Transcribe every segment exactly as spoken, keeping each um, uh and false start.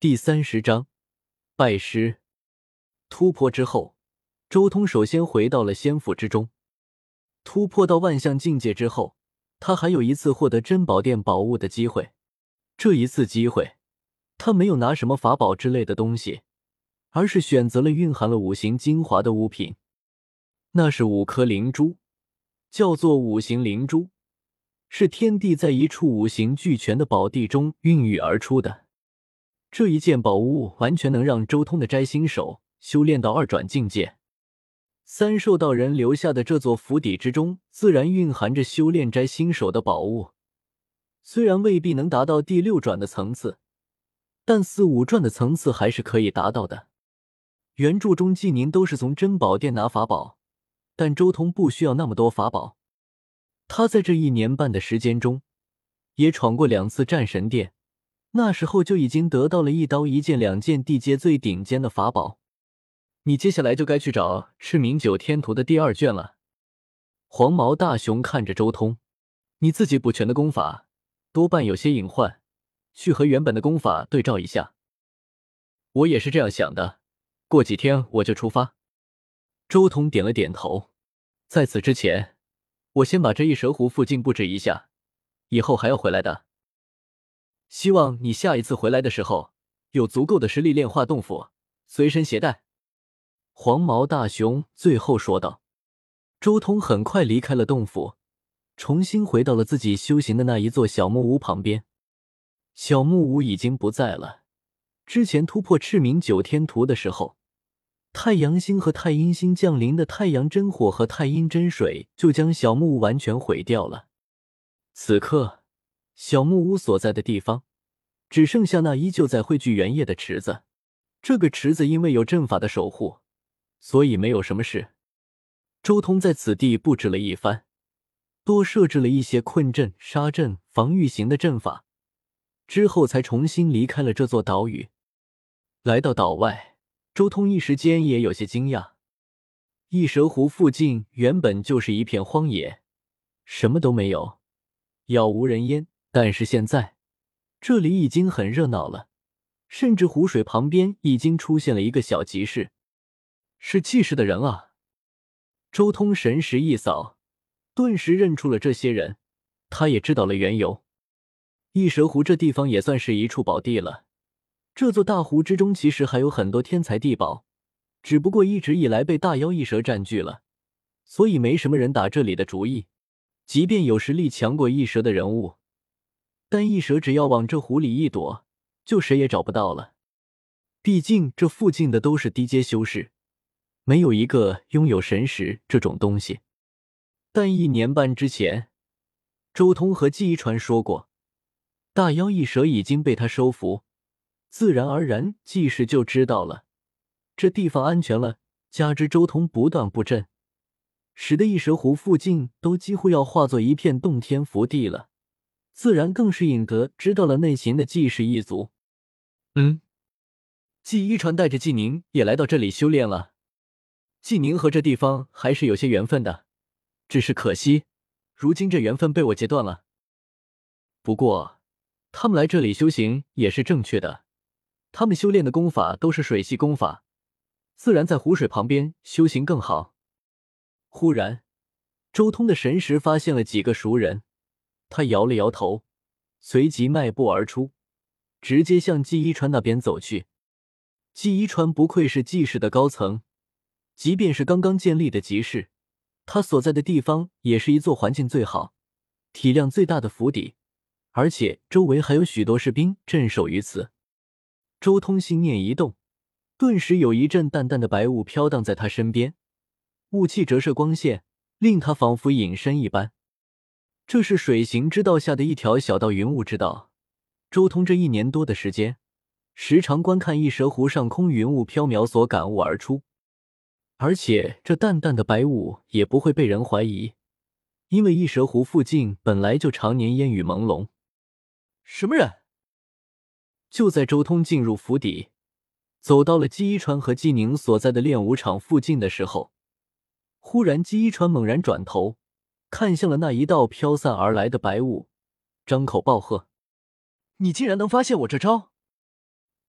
第三十章拜师。突破之后，周通首先回到了仙府之中。突破到万象境界之后，他还有一次获得珍宝殿宝物的机会。这一次机会，他没有拿什么法宝之类的东西，而是选择了蕴含了五行精华的物品。那是五颗灵珠，叫做五行灵珠，是天帝在一处五行俱全的宝地中孕育而出的。这一件宝物完全能让周通的摘星手修炼到二转境界。三兽道人留下的这座府邸之中，自然蕴含着修炼摘星手的宝物。虽然未必能达到第六转的层次，但四五转的层次还是可以达到的。原著中纪宁都是从珍宝殿拿法宝，但周通不需要那么多法宝。他在这一年半的时间中，也闯过两次战神殿，那时候就已经得到了一刀一剑两件地阶最顶尖的法宝。你接下来就该去找赤冥九天图的第二卷了。黄毛大熊看着周通，你自己补全的功法多半有些隐患，去和原本的功法对照一下。我也是这样想的，过几天我就出发。周通点了点头。在此之前，我先把这一蛇湖附近布置一下，以后还要回来的。希望你下一次回来的时候，有足够的实力炼化洞府，随身携带。黄毛大熊最后说道。周通很快离开了洞府，重新回到了自己修行的那一座小木屋旁边。小木屋已经不在了，之前突破赤冥九天图的时候，太阳星和太阴星降临的太阳真火和太阴真水就将小木屋完全毁掉了。此刻小木屋所在的地方只剩下那依旧在汇聚原液的池子。这个池子因为有阵法的守护，所以没有什么事。周通在此地布置了一番，多设置了一些困阵、杀阵、防御型的阵法，之后才重新离开了这座岛屿。来到岛外，周通一时间也有些惊讶。异蛇湖附近原本就是一片荒野，什么都没有，杳无人烟，但是现在这里已经很热闹了，甚至湖水旁边已经出现了一个小集市。是祭祀的人啊！周通神识一扫，顿时认出了这些人，他也知道了缘由。异蛇湖这地方也算是一处宝地了，这座大湖之中其实还有很多天材地宝，只不过一直以来被大妖异蛇占据了，所以没什么人打这里的主意。即便有实力强过异蛇的人物，但异蛇只要往这湖里一躲，就谁也找不到了。毕竟这附近的都是低阶修士，没有一个拥有神识这种东西。但一年半之前，周通和记忆传说过，大妖异蛇已经被他收服，自然而然季氏就知道了这地方安全了，加之周通不断布阵，使得异蛇湖附近都几乎要化作一片洞天福地了，自然更是引得知道了内情的季氏一族。嗯，季一传带着季宁也来到这里修炼了。季宁和这地方还是有些缘分的，只是可惜如今这缘分被我截断了。不过他们来这里修行也是正确的，他们修炼的功法都是水系功法，自然在湖水旁边修行更好。忽然周通的神识发现了几个熟人，他摇了摇头，随即迈步而出，直接向季一川那边走去。季一川不愧是季氏的高层，即便是刚刚建立的集市，他所在的地方也是一座环境最好、体量最大的府邸，而且周围还有许多士兵镇守于此。周通心念一动，顿时有一阵淡淡的白雾飘荡在他身边，雾气折射光线，令他仿佛隐身一般。这是水行之道下的一条小道云雾之道。周通这一年多的时间，时常观看异蛇湖上空云雾飘渺所感悟而出。而且这淡淡的白雾也不会被人怀疑，因为异蛇湖附近本来就常年烟雨朦胧。什么人？就在周通进入府邸，走到了姬一川和姬宁所在的练武场附近的时候，忽然姬一川猛然转头，看向了那一道飘散而来的白雾，张口暴喝：“你竟然能发现我这招！”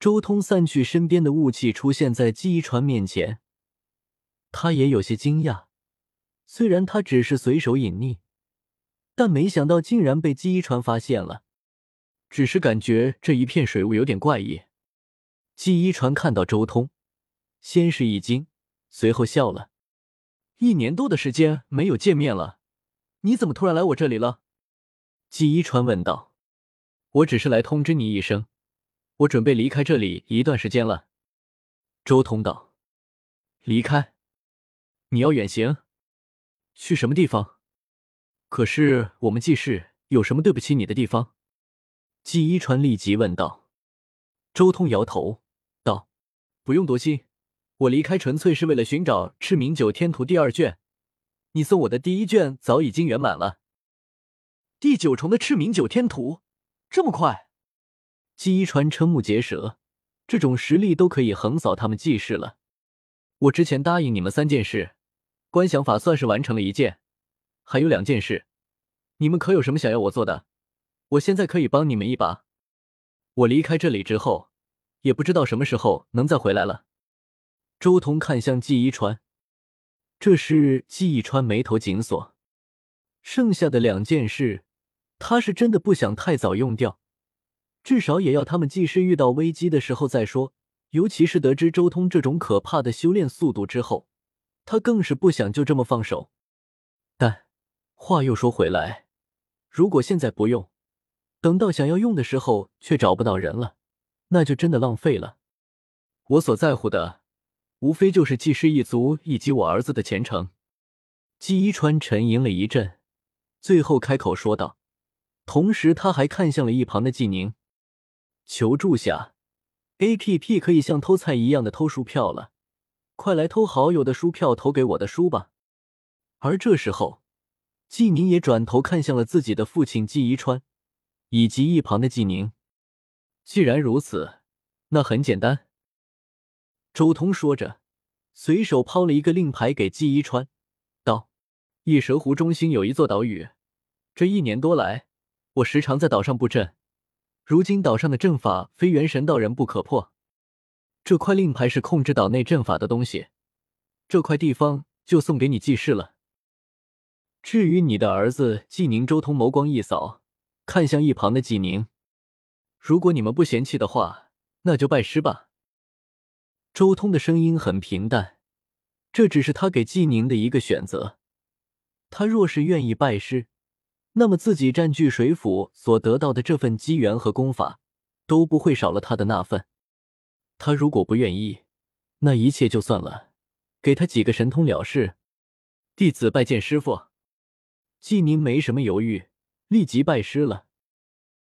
周通散去身边的雾气，出现在记忆传面前，他也有些惊讶。虽然他只是随手隐匿，但没想到竟然被记忆传发现了。只是感觉这一片水雾有点怪异。记忆传看到周通，先是一惊，随后笑了。一年多的时间没有见面了，你怎么突然来我这里了？记忆传问道。我只是来通知你一声，我准备离开这里一段时间了。周通道。离开？你要远行？去什么地方？可是我们季氏有什么对不起你的地方？记忆传立即问道。周通摇头道，不用多心，我离开纯粹是为了寻找赤明九天图第二卷，你送我的第一卷早已经圆满了。第九重的赤明九天图，这么快？记忆传瞠目结舌，这种实力都可以横扫他们季氏了。我之前答应你们三件事，观想法算是完成了一件，还有两件事，你们可有什么想要我做的？我现在可以帮你们一把。我离开这里之后，也不知道什么时候能再回来了。周通看向季一川，这时季一川眉头紧锁，剩下的两件事，他是真的不想太早用掉，至少也要他们季氏遇到危机的时候再说。尤其是得知周通这种可怕的修炼速度之后，他更是不想就这么放手。但话又说回来，如果现在不用，等到想要用的时候却找不到人了，那就真的浪费了。我所在乎的无非就是季氏一族以及我儿子的前程。季一川沉吟了一阵，最后开口说道，同时他还看向了一旁的季宁。求助下 A P P 可以像偷菜一样的偷书票了，快来偷好友的书票投给我的书吧。而这时候季宁也转头看向了自己的父亲季一川以及一旁的季宁。既然如此，那很简单。周通说着，随手抛了一个令牌给季一川，道：异蛇湖中心有一座岛屿，这一年多来，我时常在岛上布阵，如今岛上的阵法非元神道人不可破。这块令牌是控制岛内阵法的东西，这块地方就送给你季氏了。至于你的儿子季宁，周通眸光一扫，看向一旁的季宁，如果你们不嫌弃的话，那就拜师吧。周通的声音很平淡，这只是他给季宁的一个选择。他若是愿意拜师，那么自己占据水府所得到的这份机缘和功法都不会少了他的那份。他如果不愿意，那一切就算了，给他几个神通了事。弟子拜见师父。季宁没什么犹豫，立即拜师了。